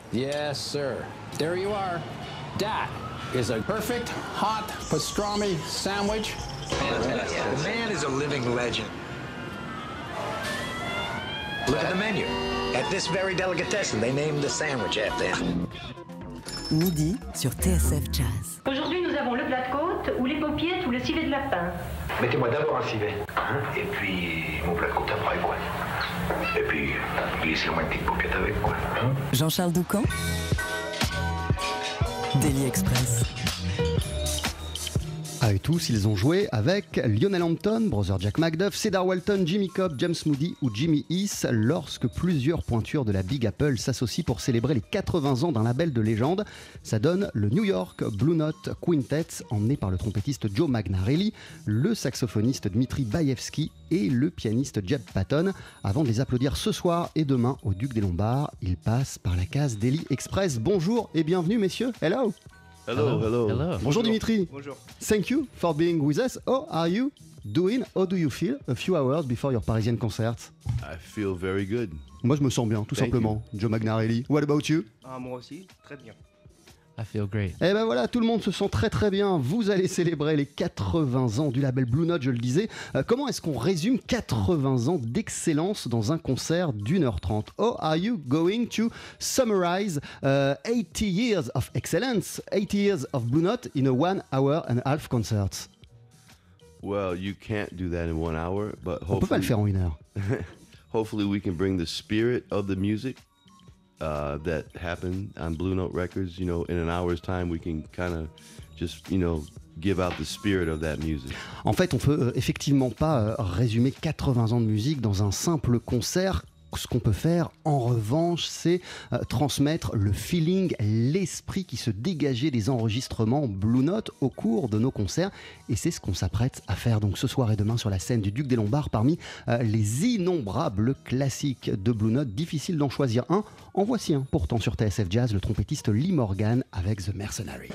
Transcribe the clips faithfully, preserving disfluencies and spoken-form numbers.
Yes, sir. There you are. That is a perfect hot pastrami sandwich. The man is a living legend. Look at the menu. At this very delicatessen, they named the sandwich after him. Midi sur T S F Jazz. Aujourd'hui, nous avons le plat de côte ou les paupiettes ou le civet de lapin. Mettez-moi d'abord un civet, hein, et puis mon plat de côte après, quoi. Et puis, glissez-moi une petite paupiette avec, quoi. Hein. Jean-Charles Doucan, Daily Express. Ah, et tous, ils ont joué avec Lionel Hampton, Brother Jack McDuff, Cedar Walton, Jimmy Cobb, James Moody ou Jimmy East, lorsque plusieurs pointures de la Big Apple s'associent pour célébrer les quatre-vingts ans d'un label de légende. Ça donne le New York Blue Note Quintet, emmené par le trompettiste Joe Magnarelli, le saxophoniste Dmitri Baevski et le pianiste Jeb Patton. Avant de les applaudir ce soir et demain au Duc des Lombards, ils passent par la case Daily Express. Bonjour et bienvenue messieurs. Hello. Hello, hello. hello. Bonjour Dimitri. Bonjour. Thank you for being with us. How are you doing? How do you feel a few hours before your Parisian concert? I feel very good. Moi je me sens bien, tout Thank simplement. Joe Magnarelli. What about you? Ah, moi aussi, très bien. I feel great. Eh ben voilà, tout le monde se sent très très bien. Vous allez célébrer les quatre-vingts ans du label Blue Note, je le disais. Euh, comment est-ce qu'on résume quatre-vingts ans d'excellence dans un concert d'une heure trente? How are you going to summarize uh, eighty years of excellence, eighty years of Blue Note in a one hour and a half concert? Well, you can't do that in one hour, but On peut pas le hopefully, faire en une heure. hopefully we can bring the spirit of the music uh, that happened on Blue Note Records. You know, in an hour's time, we can kind of just, you know, give out the spirit of that music. En fait, on peut euh, effectivement pas euh, résumer quatre-vingts ans de musique dans un simple concert. Ce qu'on peut faire, en revanche, c'est euh, transmettre le feeling, l'esprit qui se dégageait des enregistrements Blue Note au cours de nos concerts. Et c'est ce qu'on s'apprête à faire donc ce soir et demain sur la scène du Duc des Lombards parmi euh, les innombrables classiques de Blue Note. Difficile d'en choisir un. En voici un pourtant sur T S F Jazz, le trompettiste Lee Morgan avec The Mercenary.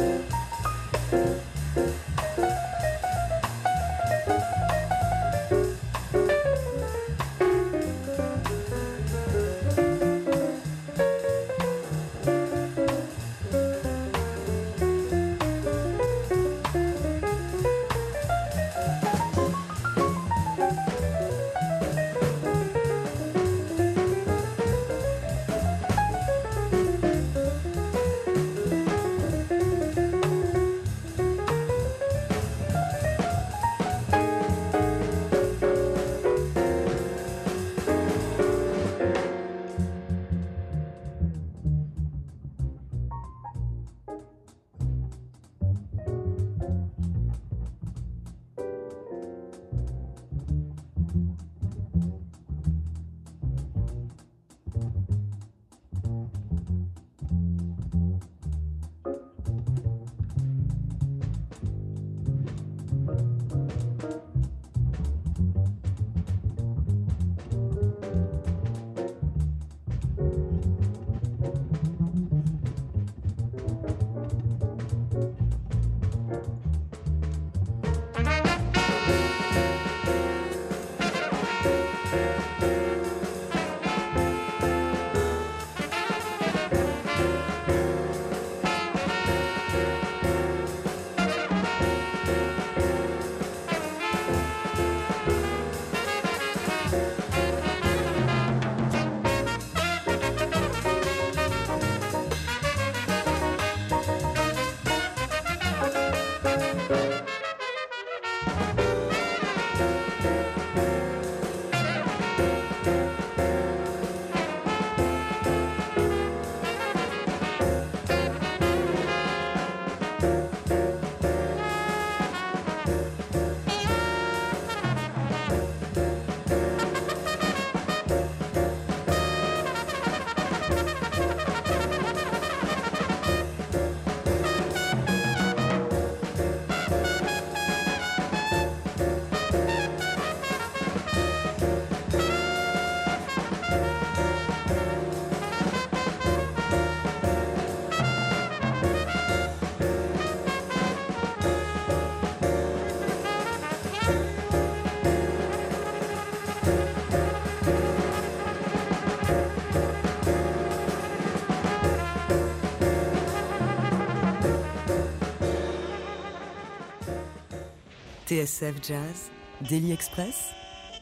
T S F Jazz, Daily Express,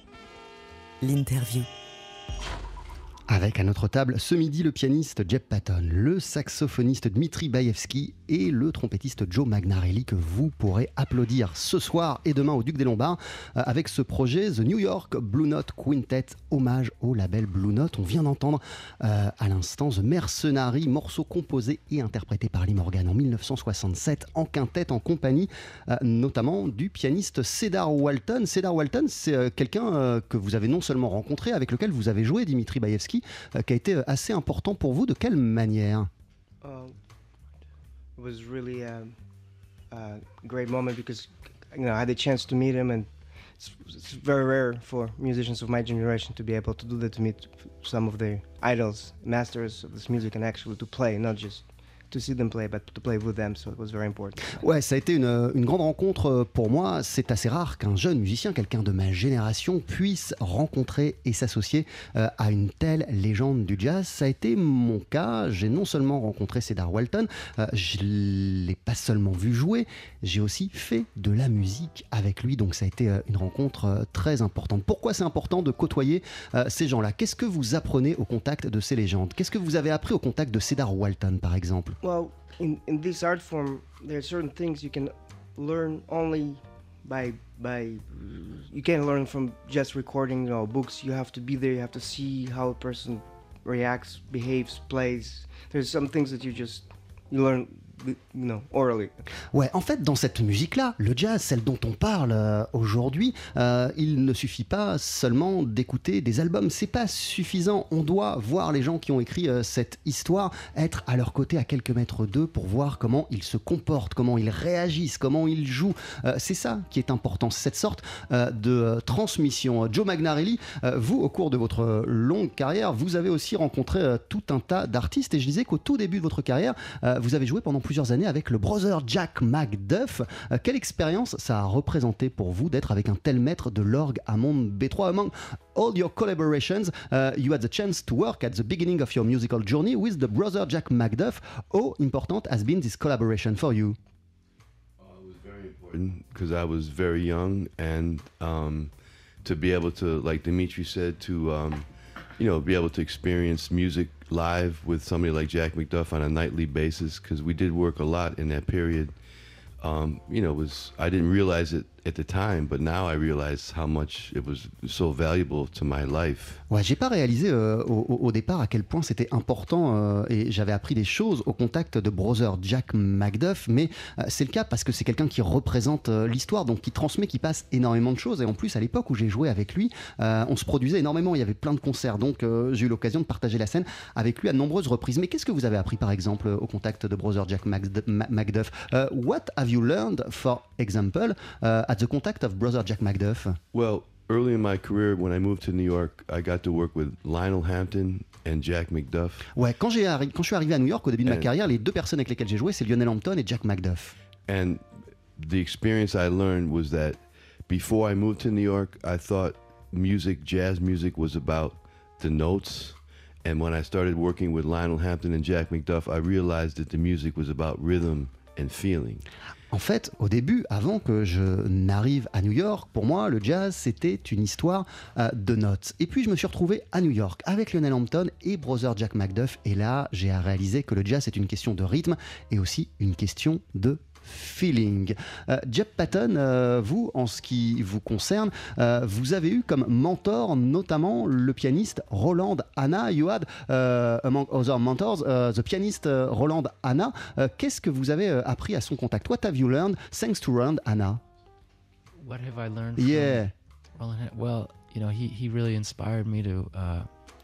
l'interview. Avec à notre table ce midi le pianiste Jeb Patton, le saxophoniste Dmitri Baïevski et le trompettiste Joe Magnarelli que vous pourrez applaudir ce soir et demain au Duc des Lombards euh, avec ce projet The New York Blue Note Quintet, hommage au label Blue Note. On vient d'entendre euh, à l'instant The Mercenary, morceau composé et interprété par Lee Morgan en mille neuf cent soixante-sept en quintette en compagnie euh, notamment du pianiste Cedar Walton. Cedar Walton, c'est euh, quelqu'un euh, que vous avez non seulement rencontré, avec lequel vous avez joué, Dmitri Baïevski, euh, qui a été assez important pour vous. De quelle manière? Uh, it was really a, a great moment because you know I had the chance to meet him, and it's, it's very rare for musicians of my generation to be able to do that, to meet some of the idols, masters of this music, and actually to play, not just to see them play, but to play with them, so it was very important. Ouais, ça a été une, une grande rencontre pour moi. C'est assez rare qu'un jeune musicien, quelqu'un de ma génération, puisse rencontrer et s'associer euh, à une telle légende du jazz. Ça a été mon cas. J'ai non seulement rencontré Cedar Walton, euh, je ne l'ai pas seulement vu jouer, j'ai aussi fait de la musique avec lui. Donc ça a été euh, une rencontre euh, très importante. Pourquoi c'est important de côtoyer euh, ces gens-là? Qu'est-ce que vous apprenez au contact de ces légendes? Qu'est-ce que vous avez appris au contact de Cedar Walton, par exemple? Well, in, in this art form, there are certain things you can learn only by by. You can't learn from just recording, you know, books. You have to be there. You have to see how a person reacts, behaves, plays. There's some things that you just you learn, you know, orally. Ouais, en fait, dans cette musique-là, le jazz, celle dont on parle euh, aujourd'hui, euh, il ne suffit pas seulement d'écouter des albums. C'est pas suffisant. On doit voir les gens qui ont écrit euh, cette histoire, être à leur côté à quelques mètres d'eux pour voir comment ils se comportent, comment ils réagissent, comment ils jouent. Euh, c'est ça qui est important, cette sorte euh, de euh, transmission. Joe Magnarelli, euh, vous, au cours de votre longue carrière, vous avez aussi rencontré euh, tout un tas d'artistes, et je disais qu'au tout début de votre carrière, euh, vous avez joué pendant plusieurs années avec le brother Jack McDuff. Euh, quelle expérience ça a représenté pour vous d'être avec un tel maître de l'orgue Hammond B trois? Among all your collaborations, uh, you had the chance to work at the beginning of your musical journey with the brother Jack McDuff. How important has been this collaboration for you? Because I was very young, and um, to be able to, like Dimitri said, to um, you know, be able to experience music live with somebody like Jack McDuff on a nightly basis, because we did work a lot in that period. Um, you know, was I didn't realize it at the time, but now I realize how much it was so valuable to my life. Ouais, j'ai pas réalisé euh, au, au départ à quel point c'était important euh, et j'avais appris des choses au contact de brother Jack McDuff, mais euh, c'est le cas parce que c'est quelqu'un qui représente euh, l'histoire, donc qui transmet, qui passe énormément de choses. Et en plus, à l'époque où j'ai joué avec lui, euh, on se produisait énormément, il y avait plein de concerts, donc euh, j'ai eu l'occasion de partager la scène avec lui à de nombreuses reprises. Mais qu'est-ce que vous avez appris par exemple au contact de brother Jack McDuff? uh, What have you learned, for example, uh, at the contact of brother Jack McDuff? Well, early in my career, when I moved to New York, I got to work with Lionel Hampton and Jack McDuff. Ouais, quand, j'ai arri- quand je suis arrivé à New York au début de ma And- carrière, les deux personnes avec lesquelles j'ai joué, c'est Lionel Hampton et Jack McDuff. And the experience I learned was that before I moved to New York, I thought music, jazz music, was about the notes. And when I started working with Lionel Hampton and Jack McDuff, I realized that the music was about rhythm and feeling. En fait, au début, avant que je n'arrive à New York, pour moi, le jazz, c'était une histoire euh, de notes. Et puis, je me suis retrouvé à New York avec Lionel Hampton et brother Jack McDuff. Et là, j'ai réalisé que le jazz, c'est une question de rythme et aussi une question de feeling. Euh, Jeb Patton, euh, vous, en ce qui vous concerne, euh, vous avez eu comme mentor notamment le pianiste Roland Hanna. You had, uh, among other mentors, uh, the pianist uh, Roland Hanna. Euh, Qu'est-ce que vous avez euh, appris à son contact? What have you learned thanks to Roland Hanna? What have I learned? Yeah. From Roland Han- Well, you know, he, he really inspired me to uh,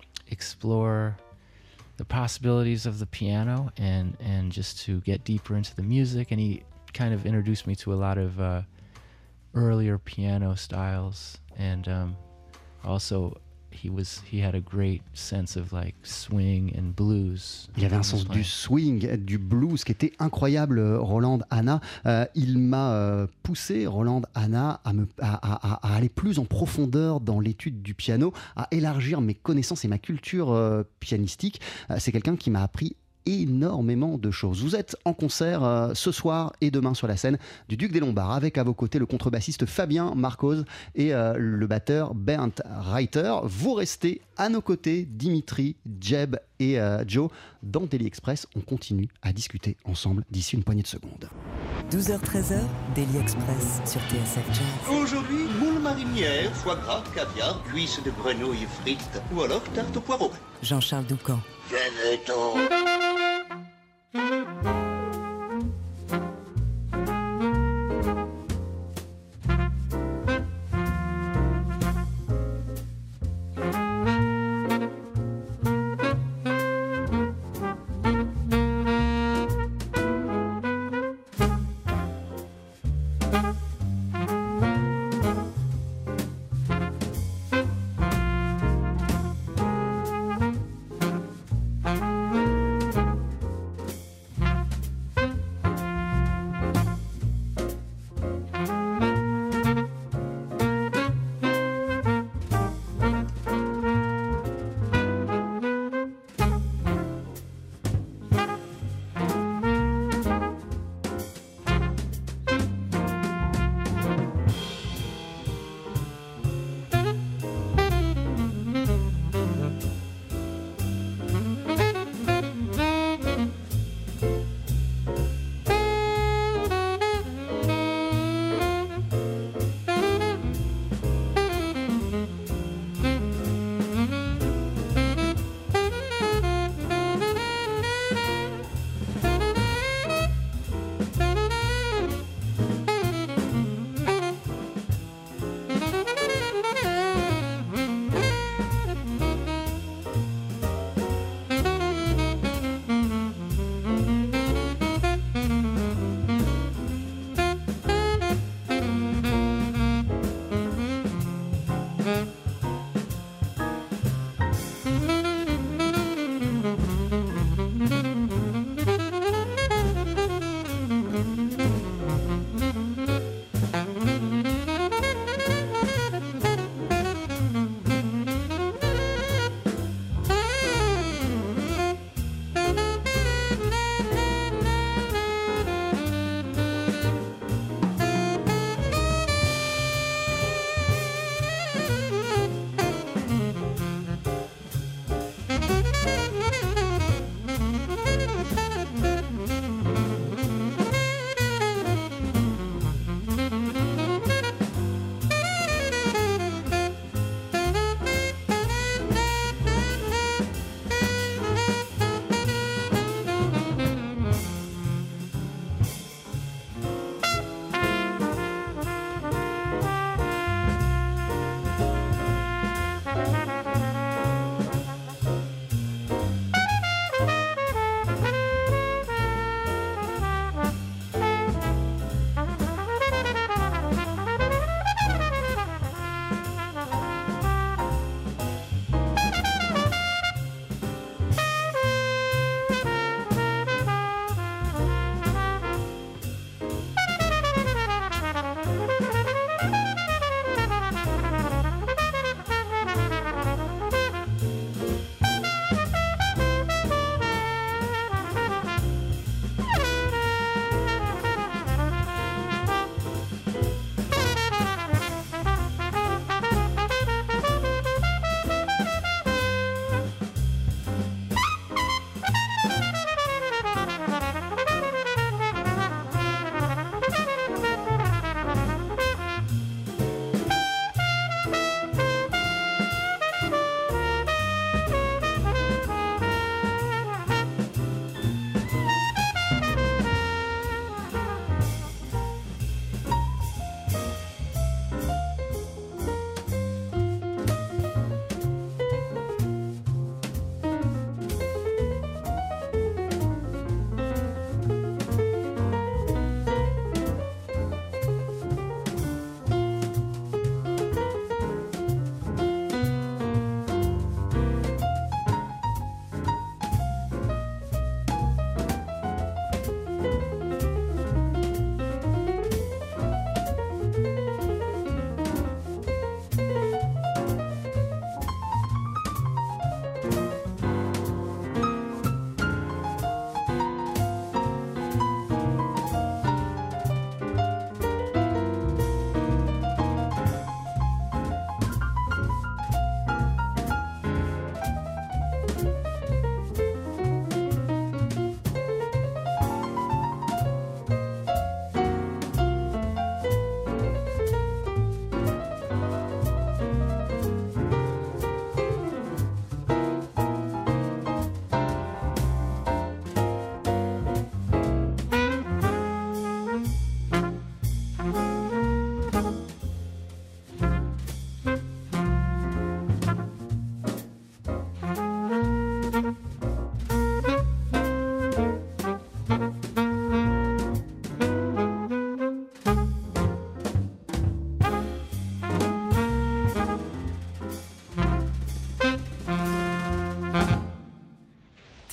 explore the possibilities of the piano and, and just to get deeper into the music. And he kind of introduced me to a lot of uh, earlier piano styles. And um, also, he was he had a great sense of like swing and blues. Il avait un when he was sens playing. du swing, du blues qui était incroyable, Roland Hanna. Euh, il m'a euh, poussé, Roland Hanna, à, me, à, à- à aller plus en profondeur dans l'étude du piano, à élargir mes connaissances et ma culture euh, pianistique. Euh, c'est quelqu'un qui m'a appris énormément de choses. Vous êtes en concert euh, ce soir et demain sur la scène du Duc des Lombards avec à vos côtés le contrebassiste Fabien Marcos et euh, le batteur Bernd Reiter. Vous restez à nos côtés, Dimitri, Jeb et euh, Joe. Dans Daily Express, on continue à discuter ensemble d'ici une poignée de secondes. douze heures treize heures, Daily Express sur T S F Jazz. Aujourd'hui, moule marinière, foie gras, caviar, cuisses de grenouille frites ou alors tarte au poireau. Jean-Charles Doucan. Venez-t'en.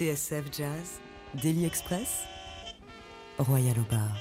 T S F Jazz, Daily Express, Royal au bar.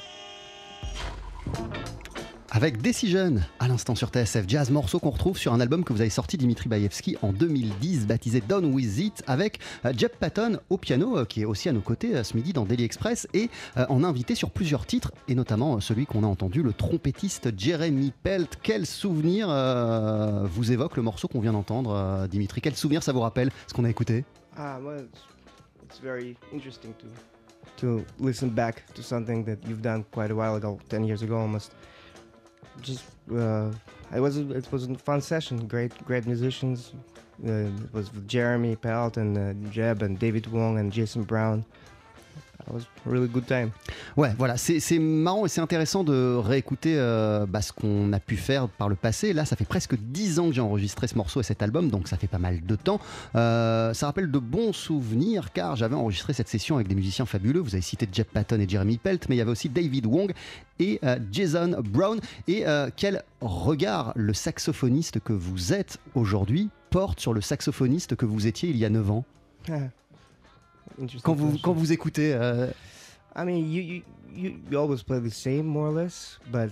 Avec Decision, à l'instant sur T S F Jazz, morceau qu'on retrouve sur un album que vous avez sorti, Dimitri Baïevski, en deux mille dix, baptisé Down With It, avec euh, Jeb Patton au piano, euh, qui est aussi à nos côtés euh, ce midi dans Daily Express, et euh, en invité sur plusieurs titres, et notamment euh, celui qu'on a entendu, le trompettiste Jeremy Pelt. Quel souvenir euh, vous évoque le morceau qu'on vient d'entendre, euh, Dimitri? Quel souvenir ça vous rappelle, ce qu'on a écouté? Ah, well, it's, it's very interesting to to listen back to something that you've done quite a while ago, ten years ago almost. Just uh, it was a, it was a fun session. Great great musicians. Uh, it was with Jeremy Pelt and uh, Jeb and David Wong and Jason Brown. It was a really good time. Ouais, voilà, c'est, c'est marrant et c'est intéressant de réécouter euh, bah, ce qu'on a pu faire par le passé. Là, ça fait presque dix ans que j'ai enregistré ce morceau et cet album, donc ça fait pas mal de temps. Euh, ça rappelle de bons souvenirs, car j'avais enregistré cette session avec des musiciens fabuleux. Vous avez cité Jeb Patton et Jeremy Pelt, mais il y avait aussi David Wong et euh, Jason Brown. Et euh, quel regard le saxophoniste que vous êtes aujourd'hui porte sur le saxophoniste que vous étiez il y a neuf ans? Quand vous, quand vous écoutez euh... I mean, you, you, you, you always play the same, more or less, but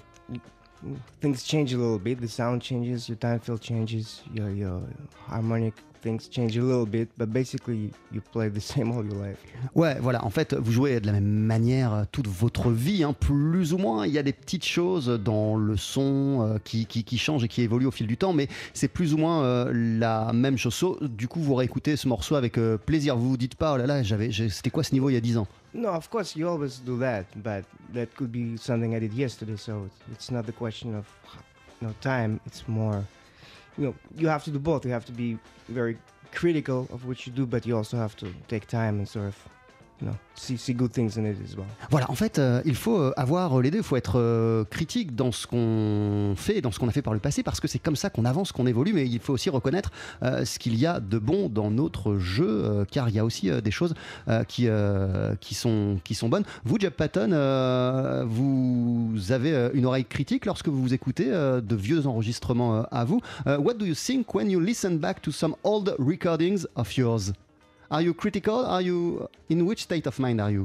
things change a little bit. The sound changes, your time fill changes, your, your harmonic things change a little bit, but basically you play the same all your life. Ouais, voilà, en fait, vous jouez de la même manière toute votre vie, hein, plus ou moins. Il y a des petites choses dans le son euh, qui, qui, qui changent et qui évoluent au fil du temps, mais c'est plus ou moins euh, la même chose. So, du coup, vous réécoutez ce morceau avec euh, plaisir. Vous vous dites pas, oh là là, j'avais, j'ai, c'était quoi ce niveau il y a dix ans? No, of course you always do that, but that could be something I did yesterday, so it's not the question of you know, time, it's more, you know, you have to do both. You have to be very critical of what you do, but you also have to take time and sort of, you know, see, see good things in it as well. Voilà, en fait, euh, il faut avoir les deux. Il faut être euh, critique dans ce qu'on fait, dans ce qu'on a fait par le passé, parce que c'est comme ça qu'on avance, qu'on évolue, mais il faut aussi reconnaître euh, ce qu'il y a de bon dans notre jeu, euh, car il y a aussi euh, des choses euh, qui, euh, qui, sont, qui sont bonnes. Vous, Jeb Patton, euh, vous avez euh, une oreille critique lorsque vous vous écoutez euh, de vieux enregistrements euh, à vous. Uh, what do you think when you listen back to some old recordings of yours? Are you critical? Are you in which state of mind are you?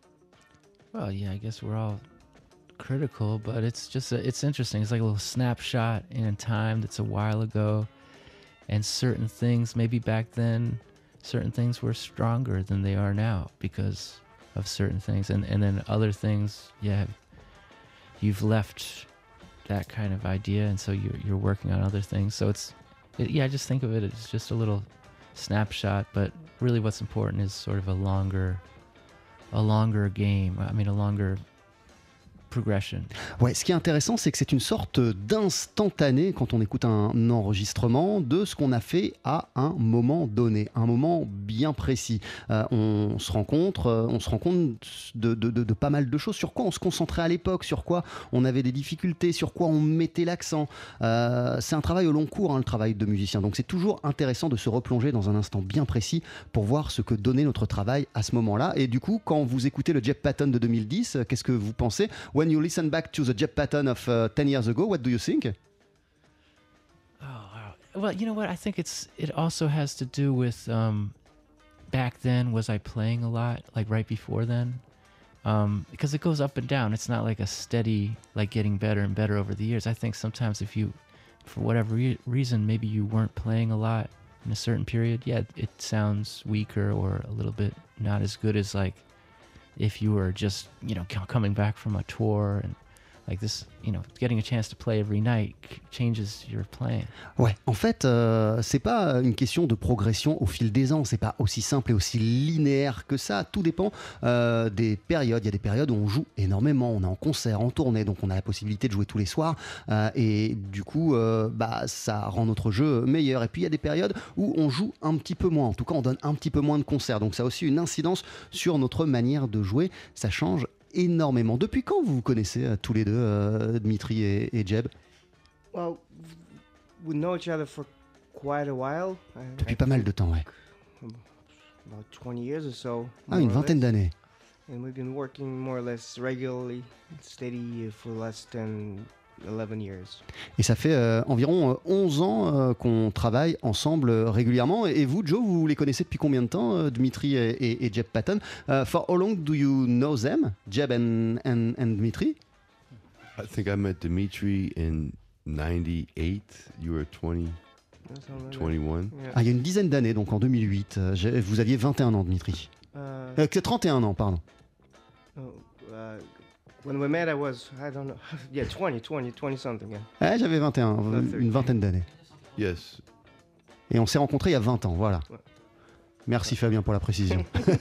Well, yeah, I guess we're all critical, but it's just a, it's interesting. It's like a little snapshot in time that's a while ago, and certain things maybe back then, certain things were stronger than they are now because of certain things, and and then other things, yeah, you've left that kind of idea, and so you're you're working on other things. So it's it, yeah, I just think of it as just a little snapshot, but really what's important is sort of a longer a longer game. I mean, a longer progression. Ouais, ce qui est intéressant, c'est que c'est une sorte d'instantané quand on écoute un enregistrement de ce qu'on a fait à un moment donné, un moment bien précis. Euh, on se rencontre, euh, on se rend compte de, de, de, de pas mal de choses. Sur quoi on se concentrait à l'époque, sur quoi on avait des difficultés, sur quoi on mettait l'accent. Euh, c'est un travail au long cours, hein, le travail de musicien. Donc c'est toujours intéressant de se replonger dans un instant bien précis pour voir ce que donnait notre travail à ce moment-là. Et du coup, quand vous écoutez le Jeb Patton de deux mille dix, qu'est-ce que vous pensez? When you listen back to the Jeb Patton of uh, ten years ago, what do you think? Oh, wow. Well, you know what? I think it's it also has to do with um, back then. Was I playing a lot, like right before then? Um, because it goes up and down. It's not like a steady, like getting better and better over the years. I think sometimes if you, for whatever re- reason, maybe you weren't playing a lot in a certain period, yeah, it sounds weaker or a little bit not as good as like if you were just, you know, coming back from a tour and like this, you know, getting a chance to play every night changes your playing. Ouais, en fait, euh, c'est pas une question de progression au fil des ans. C'est pas aussi simple et aussi linéaire que ça. Tout dépend euh, des périodes. Il y a des périodes où on joue énormément. On est en concert, en tournée, donc on a la possibilité de jouer tous les soirs. Euh, et du coup, euh, bah, ça rend notre jeu meilleur. Et puis il y a des périodes où on joue un petit peu moins. En tout cas, on donne un petit peu moins de concerts. Donc ça a aussi une incidence sur notre manière de jouer. Ça change énormément. Depuis quand vous vous connaissez euh, tous les deux, euh, Dimitri et, et Jeb? Well, we know each other for quite a while. Depuis I pas mal de temps, ouais. About twenty years or so. Ah, une vingtaine d'années. And we've been working more or less regularly, steady for less than eleven years. Et ça fait euh, environ euh, onze ans euh, qu'on travaille ensemble euh, régulièrement. Et vous, Joe, vous les connaissez depuis combien de temps, euh, Dimitri et, et, et Jeb Patton? uh, For how long do you know them, Jeb and, and, and Dimitri? I think I met Dimitri in ninety-eight. You were twenty, twenty-one. Yeah. Ah, il y a une dizaine d'années, donc en deux mille huit. Euh, j'ai- vous aviez vingt et un ans, Dimitri. Uh, Euh, que trente et un ans, pardon. oh, uh, when we met, I was, I don't know, yeah, twenty, twenty, twenty something. Yeah. Ouais, j'avais vingt et un, Ah, une vingtaine d'années. Yes. Et on s'est rencontrés il y a vingt ans, voilà. Ouais. Merci Fabien pour la précision.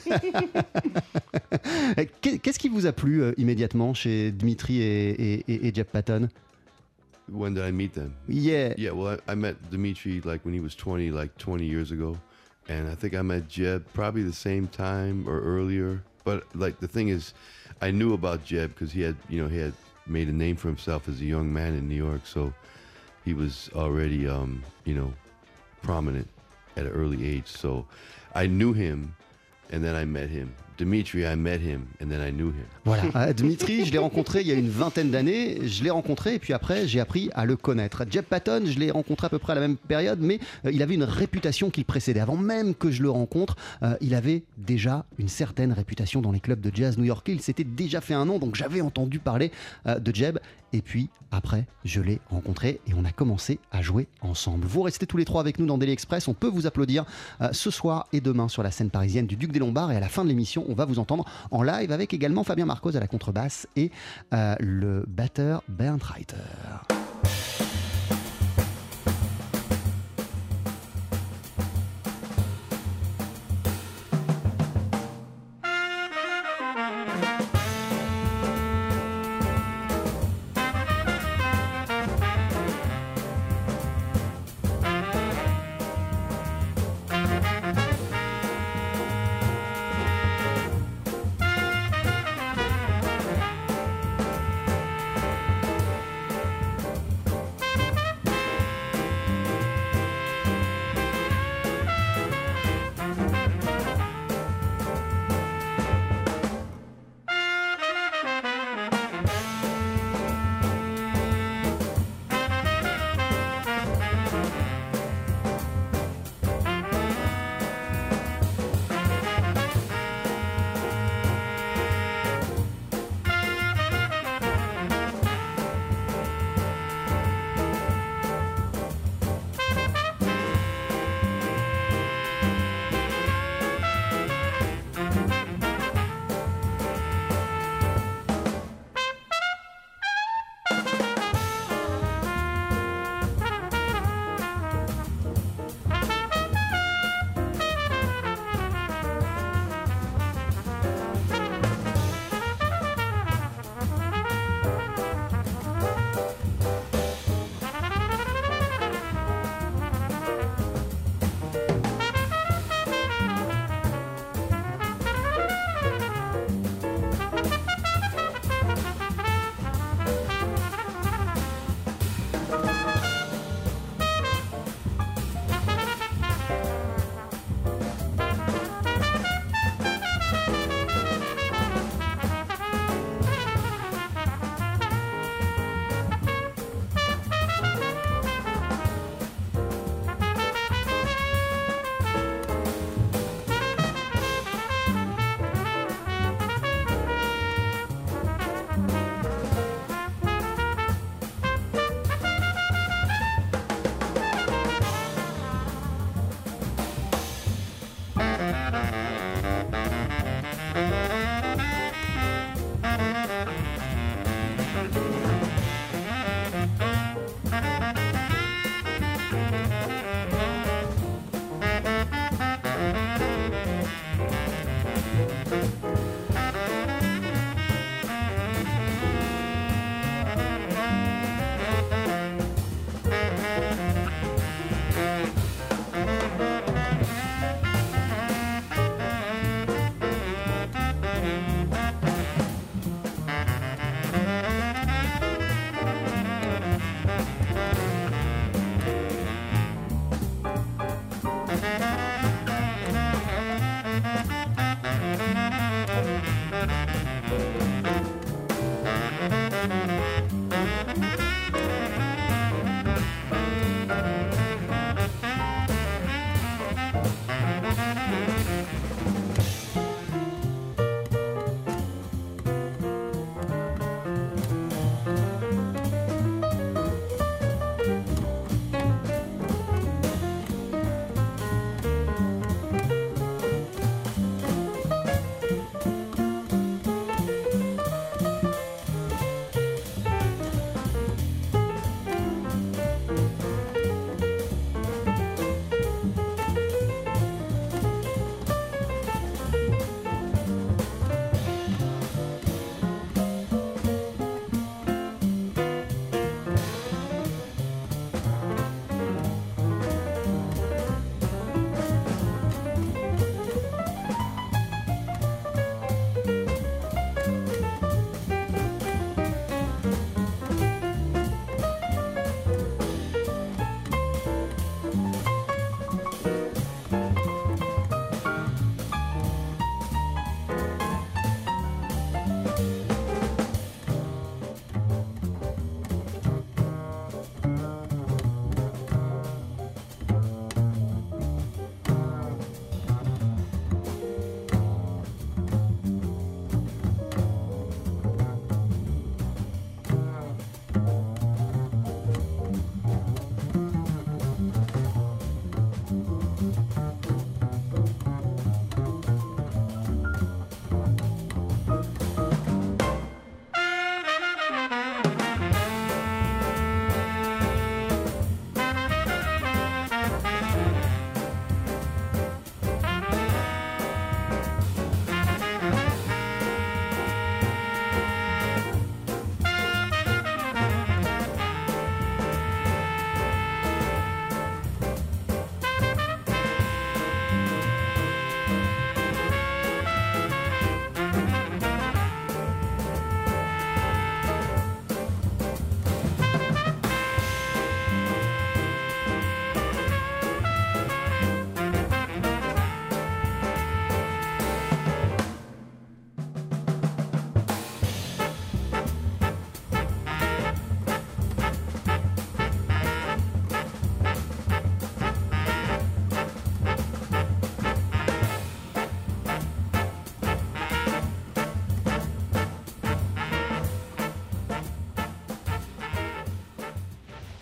Qu'est- Qu'est-ce qui vous a plu euh, immédiatement chez Dimitri et, et, et, et Jeb Patton? When did I meet them? Yeah. Yeah, well, I, I met Dimitri like when he was twenty, like twenty years ago. And I think I met Jeb probably the same time or earlier. But like the thing is, I knew about Jeb because he had, you know, he had made a name for himself as a young man in New York. So he was already, um, you know, prominent at an early age. So I knew him and then I met him. Dimitri, I met him and then I knew him. Voilà, Euh, Dimitri, je l'ai rencontré il y a une vingtaine d'années, je l'ai rencontré et puis après j'ai appris à le connaître. Jeb Patton, je l'ai rencontré à peu près à la même période, mais euh, il avait une réputation qui le précédait. Avant même que je le rencontre, euh, il avait déjà une certaine réputation dans les clubs de jazz new-yorkais. Il s'était déjà fait un nom, donc j'avais entendu parler euh, de Jeb. Et puis après, je l'ai rencontré et on a commencé à jouer ensemble. Vous restez tous les trois avec nous dans Daily Express. On peut vous applaudir euh, ce soir et demain sur la scène parisienne du Duc des Lombards. Et à la fin de l'émission, on va vous entendre en live avec également Fabien Marcos à la contrebasse et euh, le batteur Bernd Reiter.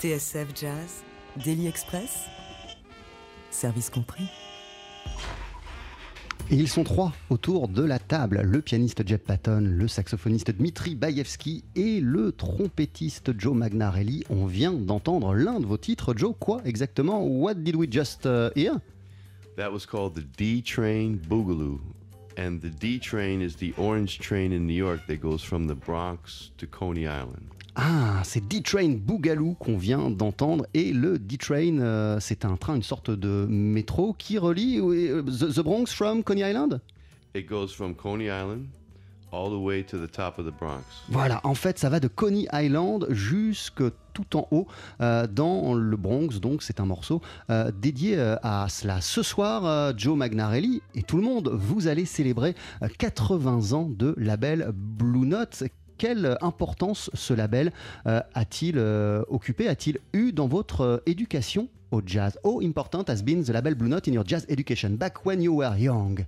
T S F Jazz, Daily Express, service compris. Et ils sont trois autour de la table, le pianiste Jeb Patton, le saxophoniste Dmitri Baïevski et le trompettiste Joe Magnarelli. On vient d'entendre l'un de vos titres. Joe, quoi exactement? What did we just uh, hear? That was called the D-Train Boogaloo. And the D-Train is the orange train in New York that goes from the Bronx to Coney Island. Ah, c'est D-Train Boogaloo qu'on vient d'entendre. Et le D-Train, euh, c'est un train, une sorte de métro qui relie euh, the, the Bronx from Coney Island? It goes from Coney Island all the way to the top of the Bronx. Voilà, en fait, ça va de Coney Island jusque tout en haut euh, dans le Bronx. Donc, c'est un morceau euh, dédié euh, à cela. Ce soir, euh, Joe Magnarelli et tout le monde, vous allez célébrer euh, quatre-vingts ans de label Blue Note. Quelle importance ce label euh, a-t-il euh, occupé, a-t-il eu dans votre euh, éducation au jazz? How important has been the label Blue Note in your jazz education back when you were young?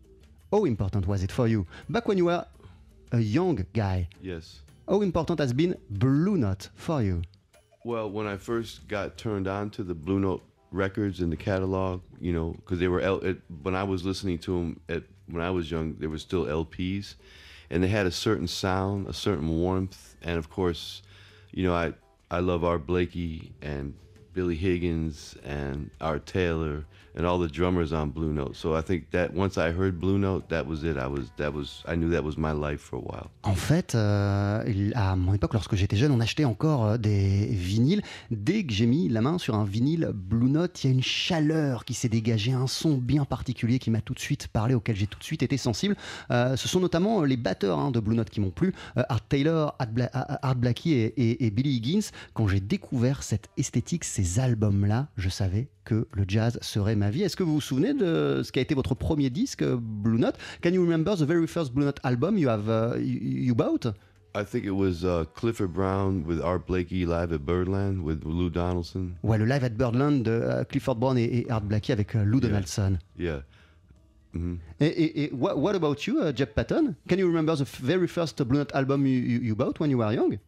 How important was it for you back when you were a young guy? Yes. How important has been Blue Note for you? Well, when I first got turned on to the Blue Note records in the catalog, you know, because they were L- it, when I was listening to them at when I was young, they were still L Ps. And they had a certain sound, a certain warmth, and of course, you know, I I love Art Blakey and Billy Higgins and Art Taylor and all the drummers on Blue Note. So I think that once I heard Blue Note, that was it. I was that was I knew that was my life for a while. En fait, euh, à mon époque, lorsque j'étais jeune, on achetait encore euh, des vinyles. Dès que j'ai mis la main sur un vinyle Blue Note, il y a une chaleur qui s'est dégagée, un son bien particulier qui m'a tout de suite parlé, auquel j'ai tout de suite été sensible. Euh, ce sont notamment les batteurs hein, de Blue Note qui m'ont plu, euh, Art Taylor, Art, Bla- Art Blakey et, et, et Billy Higgins. Quand j'ai découvert cette esthétique, ces albums-là, je savais que le jazz serait ma vie. Est-ce que vous vous souvenez de ce qui a été votre premier disque, Blue Note? Can you remember the very first Blue Note album you have uh, you, you bought? I think it was uh, Clifford Brown with Art Blakey live at Birdland with Lou Donaldson. Ouais, le live at Birdland de uh, Clifford Brown et, et Art Blakey avec uh, Lou Yeah. Donaldson. Yeah. Mm-hmm. Et, et, et what, what about you, uh, Jeb Patton? Can you remember the f- very first Blue Note album you, you, you bought when you were young?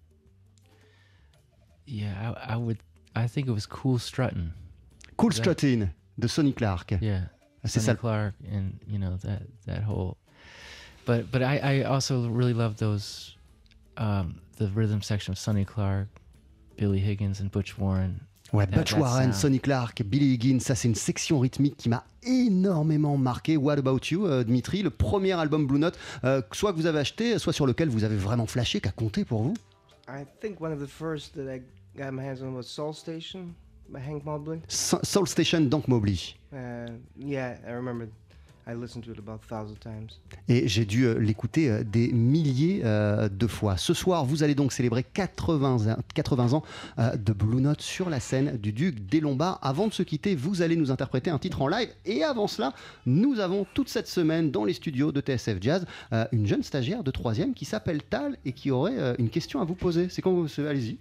Yeah, I, I would. I think it was Cool Struttin'. Cool That- Struttin' de Sonny Clark. Yeah, C'est Sonny ça. Clark, and you know that that whole. But but I, I also really love those, um, the rhythm section of Sonny Clark, Billy Higgins, and Butch Warren. Ouais, That- Butch that Warren, sound. Sonny Clark, Billy Higgins, ça c'est une section rythmique qui m'a énormément marqué. What about you, euh, Dmitri? Le premier album Blue Note, euh, soit que vous avez acheté, soit sur lequel vous avez vraiment flashé, qu'a compté pour vous? I think one of the first that I got my hands on was Soul Station by Hank Mobley. So- Soul Station d'Hank Mobley. Uh, yeah, I remember. I listened to it about a thousand times. Et j'ai dû euh, l'écouter euh, des milliers euh, de fois. Ce soir, vous allez donc célébrer quatre-vingts ans, quatre-vingts ans euh, de Blue Note sur la scène du Duc des Lombards. Avant de se quitter, vous allez nous interpréter un titre en live. Et avant cela, nous avons toute cette semaine dans les studios de T S F Jazz euh, une jeune stagiaire de troisième qui s'appelle Tal et qui aurait euh, une question à vous poser. C'est quand vous... Allez-y.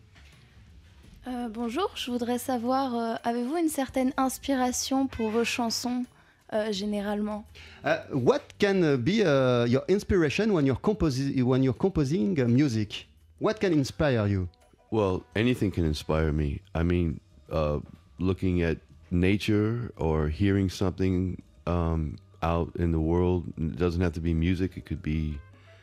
Euh, bonjour, je voudrais savoir, euh, avez-vous une certaine inspiration pour vos chansons euh, généralement? Uh, what can be uh, your inspiration when you're, composi- when you're composing uh, music? What can inspire you? Well, anything can inspire me. I mean, uh, looking at nature or hearing something um, out in the world. It doesn't have to be music. It could be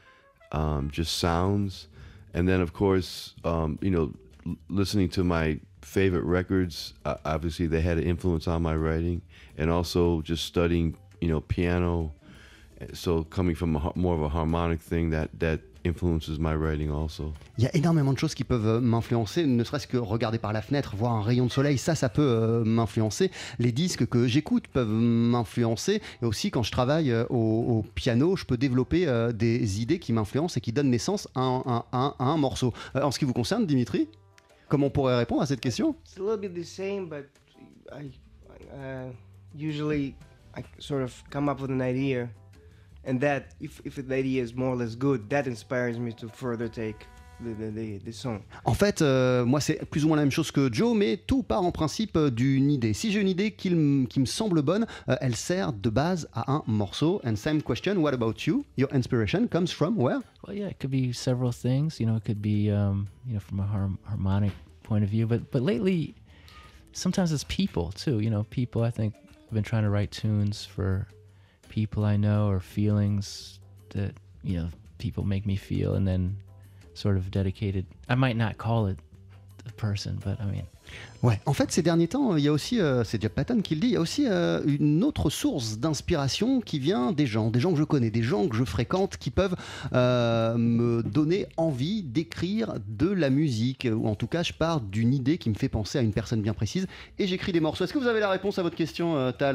um, just sounds. And then, of course, um, you know, l- listening to my favorite records, uh, obviously they had an influence on my writing. And also just studying, you know, piano. So coming from a, har- more of a harmonic thing, that, that influences my writing also. Il y a énormément de choses qui peuvent euh, m'influencer, ne serait-ce que regarder par la fenêtre, voir un rayon de soleil, ça, ça peut euh, m'influencer. Les disques que j'écoute peuvent m'influencer. Et aussi, quand je travaille euh, au, au piano, je peux développer euh, des idées qui m'influencent et qui donnent naissance à un, à un- à un morceau. Euh, en ce qui vous concerne, Dimitri, comment on pourrait répondre à cette question? It's a little bit the same, but I uh, usually I sort of come up with an idea, and that if if the idea is more or less good, that inspires me to further take the the, the, the song. En fait, euh, moi, c'est plus ou moins la même chose que Joe, mais tout part en principe euh, d'une idée. Si j'ai une idée qui, m- qui me semble bonne, euh, elle sert de base à un morceau. And same question, what about you? Your inspiration comes from where? Well, yeah, it could be several things. You know, it could be um, you know from a har- harmonic point of view. But but lately, sometimes it's people too. You know, people. I think I've been trying to write tunes for people I know or feelings that you know people make me feel, and then sort of dedicated. I might not call it the person, but I mean. Ouais, en fait, ces derniers temps, il y a aussi, euh, c'est Jeff Patton qui le dit, il y a aussi euh, une autre source d'inspiration qui vient des gens, des gens que je connais, des gens que je fréquente, qui peuvent euh, me donner envie d'écrire de la musique, ou en tout cas, je pars d'une idée qui me fait penser à une personne bien précise, et j'écris des morceaux. Est-ce que vous avez la réponse à votre question, euh, Tal ?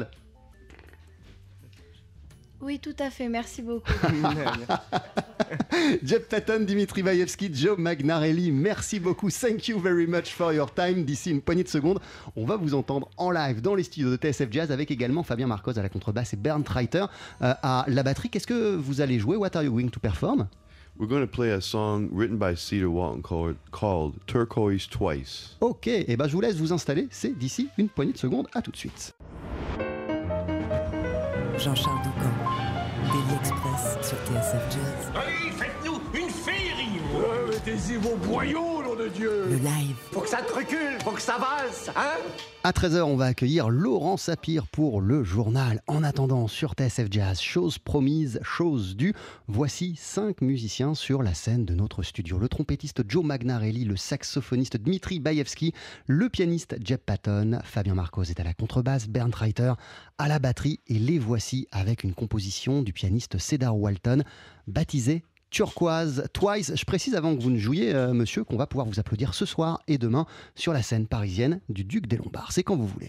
Oui, tout à fait, merci beaucoup. Jeff Patton, Dimitri Baevski, Joe Magnarelli, merci beaucoup. Thank you very much for your time. D'ici une poignée de secondes, on va vous entendre en live dans les studios de T S F Jazz avec également Fabien Marcos à la contrebasse et Bernd Reiter euh, à la batterie. Qu'est-ce que vous allez jouer? What are you going to perform? We're going to play a song written by Cedar Walton called, called Turquoise Twice. Ok, et ben je vous laisse vous installer. C'est d'ici une poignée de secondes. À tout de suite. Jean-Charles Doucan, Daily Express sur T S F Jazz. Allez, faites-nous une féerie. Ouais, mettez-y vos boyaux, nom de Dieu. Le live. Faut que ça te recule, faut que ça valse, hein. À treize heures, on va accueillir Laurent Sapir pour le journal. En attendant, sur T S F Jazz, chose promise, chose due, voici cinq musiciens sur la scène de notre studio. Le trompettiste Joe Magnarelli, le saxophoniste Dmitri Baevski, le pianiste Jeff Patton, Fabien Marcos est à la contrebasse, Bernd Reiter à la batterie, et les voici avec une composition du pianiste Cedar Walton, baptisée Turquoise Twice. Je précise avant que vous ne jouiez, euh, monsieur, qu'on va pouvoir vous applaudir ce soir et demain sur la scène parisienne du Duc des Lombards. C'est quand vous voulez.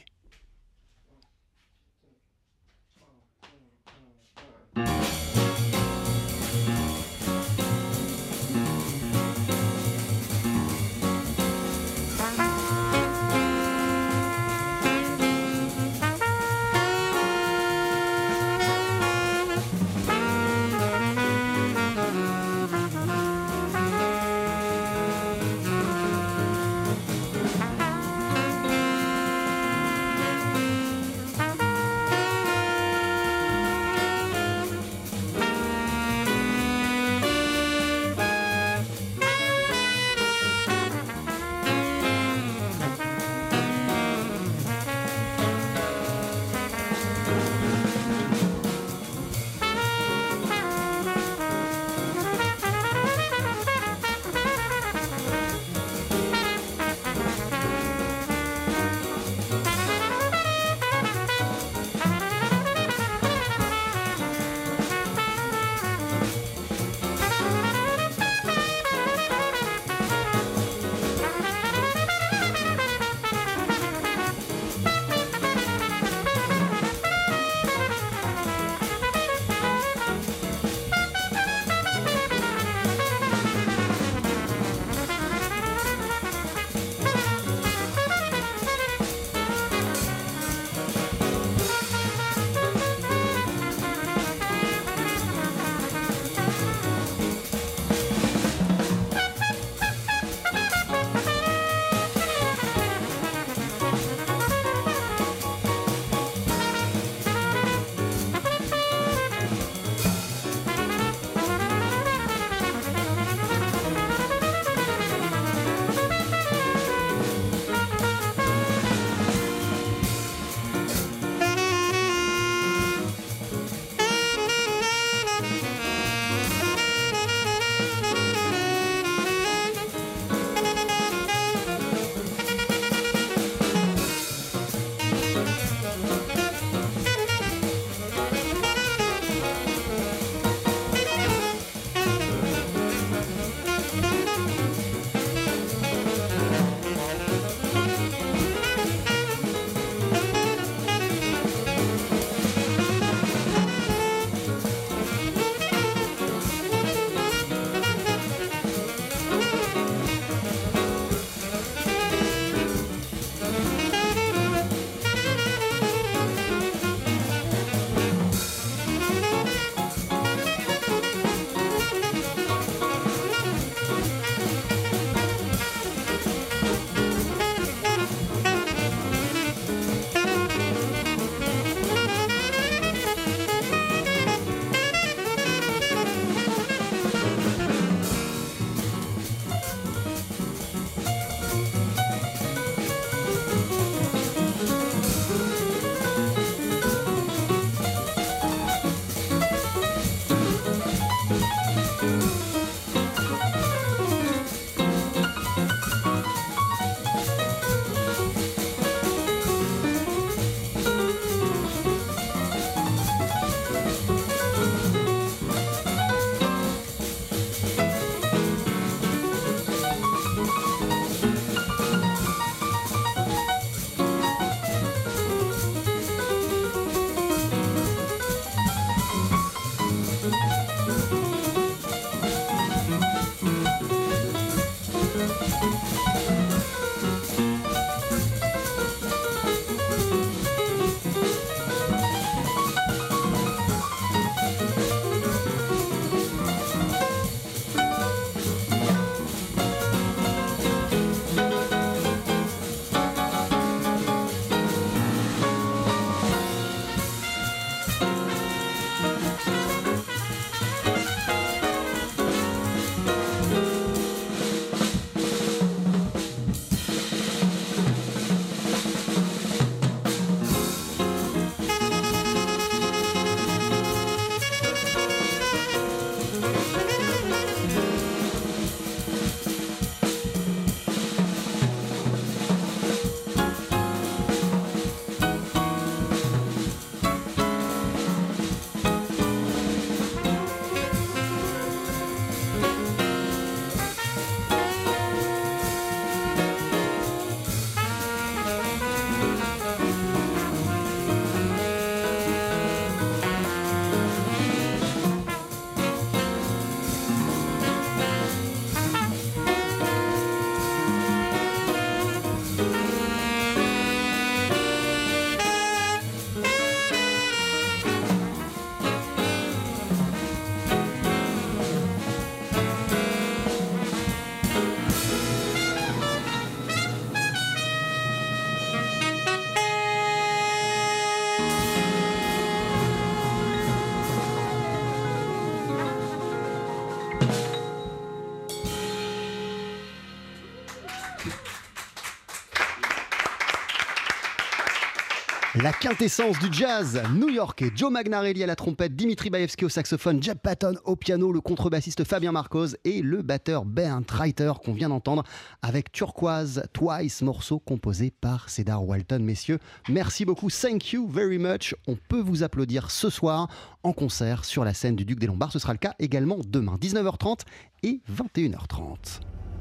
La quintessence du jazz new-yorkais, Joe Magnarelli à la trompette, Dimitri Baevski au saxophone, Jeb Patton au piano, le contrebassiste Fabien Marcoz et le batteur Bernd Reiter qu'on vient d'entendre avec Turquoise Twice, morceau composé par Cedar Walton. Messieurs, merci beaucoup, thank you very much. On peut vous applaudir ce soir en concert sur la scène du Duc des Lombards. Ce sera le cas également demain, dix-neuf heures trente et vingt et une heures trente.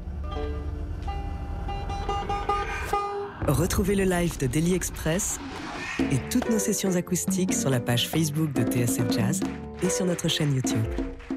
Retrouvez le live de Daily Express et toutes nos sessions acoustiques sur la page Facebook de T S F Jazz et sur notre chaîne YouTube.